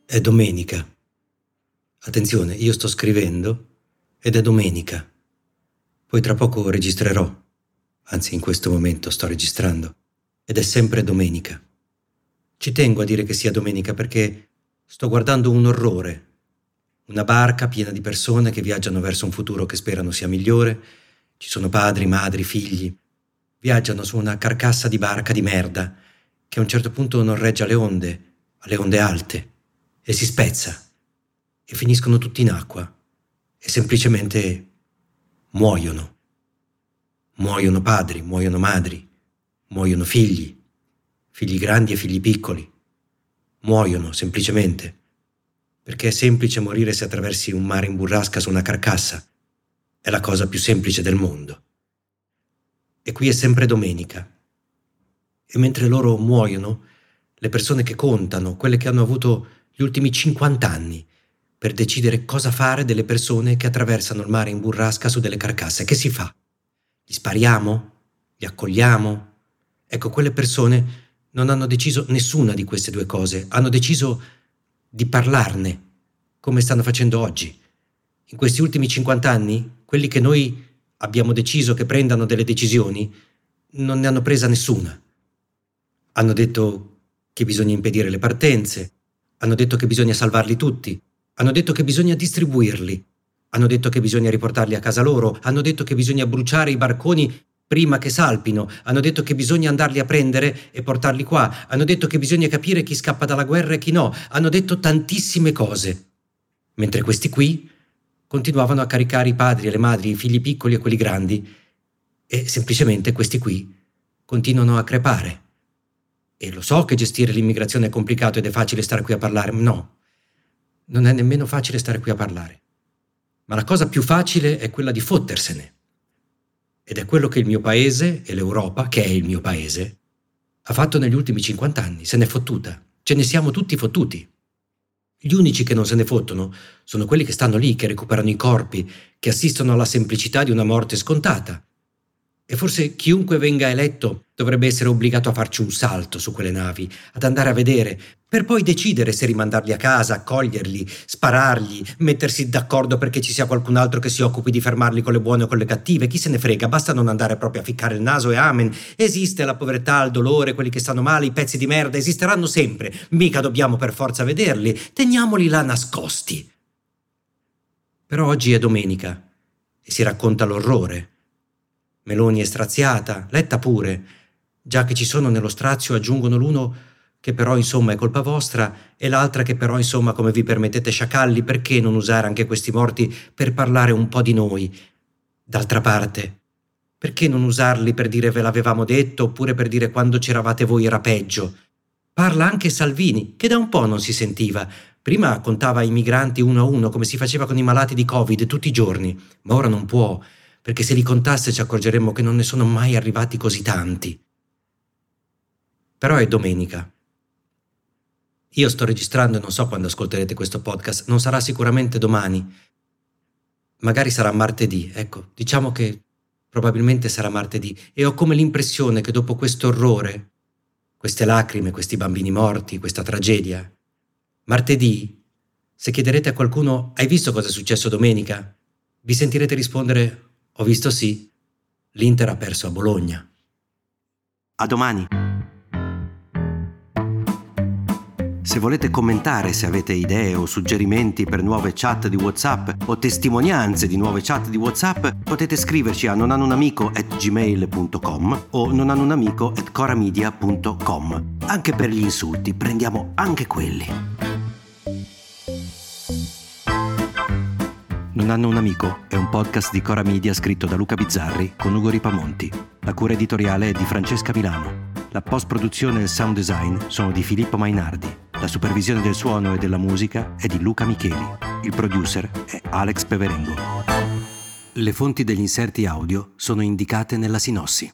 È domenica. Attenzione, io sto scrivendo ed è domenica. Poi tra poco registrerò, anzi in questo momento sto registrando, ed è sempre domenica. Ci tengo a dire che sia domenica perché sto guardando un orrore. Una barca piena di persone che viaggiano verso un futuro che sperano sia migliore. Ci sono padri, madri, figli. Viaggiano su una carcassa di barca di merda che a un certo punto non regge alle onde alte, e si spezza e finiscono tutti in acqua e semplicemente muoiono. Muoiono padri, muoiono madri, muoiono figli grandi e figli piccoli. Muoiono semplicemente perché è semplice morire se attraversi un mare in burrasca su una carcassa. È la cosa più semplice del mondo. E qui è sempre domenica. E mentre loro muoiono, le persone che contano, quelle che hanno avuto gli ultimi 50 anni per decidere cosa fare delle persone che attraversano il mare in burrasca su delle carcasse, che si fa? Li spariamo? Li accogliamo? Ecco, quelle persone non hanno deciso nessuna di queste due cose, hanno deciso di parlarne, come stanno facendo oggi. In questi ultimi 50 anni, quelli che noi abbiamo deciso che prendano delle decisioni, non ne hanno presa nessuna. Hanno detto che bisogna impedire le partenze, hanno detto che bisogna salvarli tutti, hanno detto che bisogna distribuirli, hanno detto che bisogna riportarli a casa loro, hanno detto che bisogna bruciare i barconi prima che salpino, hanno detto che bisogna andarli a prendere e portarli qua, hanno detto che bisogna capire chi scappa dalla guerra e chi no, hanno detto tantissime cose. Mentre questi qui continuavano a caricare i padri e le madri, i figli piccoli e quelli grandi, e semplicemente questi qui continuano a crepare. E lo so che gestire l'immigrazione è complicato ed è facile stare qui a parlare. No, non è nemmeno facile stare qui a parlare. Ma la cosa più facile è quella di fottersene. Ed è quello che il mio paese e l'Europa, che è il mio paese, ha fatto negli ultimi 50 anni. Se n'è fottuta. Ce ne siamo tutti fottuti. Gli unici che non se ne fottono sono quelli che stanno lì, che recuperano i corpi, che assistono alla semplicità di una morte scontata. E forse chiunque venga eletto dovrebbe essere obbligato a farci un salto su quelle navi, ad andare a vedere, per poi decidere se rimandarli a casa, accoglierli, sparargli, mettersi d'accordo perché ci sia qualcun altro che si occupi di fermarli con le buone o con le cattive. Chi se ne frega, basta non andare proprio a ficcare il naso e amen. Esiste la povertà, il dolore, quelli che stanno male, i pezzi di merda, esisteranno sempre. Mica dobbiamo per forza vederli, teniamoli là nascosti. Però oggi è domenica e si racconta l'orrore. Meloni è straziata, Letta pure. Già che ci sono nello strazio aggiungono l'uno che però insomma è colpa vostra e l'altra che però insomma come vi permettete sciacalli, perché non usare anche questi morti per parlare un po' di noi? D'altra parte, perché non usarli per dire ve l'avevamo detto oppure per dire quando c'eravate voi era peggio? Parla anche Salvini, che da un po' non si sentiva. Prima contava i migranti uno a uno come si faceva con i malati di Covid tutti i giorni, ma ora non può. Perché se li contasse ci accorgeremmo che non ne sono mai arrivati così tanti. Però è domenica. Io sto registrando e non so quando ascolterete questo podcast, non sarà sicuramente domani. Magari sarà martedì, ecco, diciamo che probabilmente sarà martedì, e ho come l'impressione che dopo questo orrore, queste lacrime, questi bambini morti, questa tragedia, martedì, se chiederete a qualcuno «Hai visto cosa è successo domenica?», vi sentirete rispondere «Ho visto sì, l'Inter ha perso a Bologna». A domani. Se volete commentare, se avete idee o suggerimenti per nuove chat di WhatsApp o testimonianze di nuove chat di WhatsApp, potete scriverci a nonhanunamico@gmail.com o nonhanunamico@coramedia.com. Anche per gli insulti, prendiamo anche quelli. Non hanno un amico è un podcast di Cora Media scritto da Luca Bizzarri con Ugo Ripamonti. La cura editoriale è di Francesca Milano. La post-produzione e il sound design sono di Filippo Mainardi. La supervisione del suono e della musica è di Luca Micheli. Il producer è Alex Peverengo. Le fonti degli inserti audio sono indicate nella sinossi.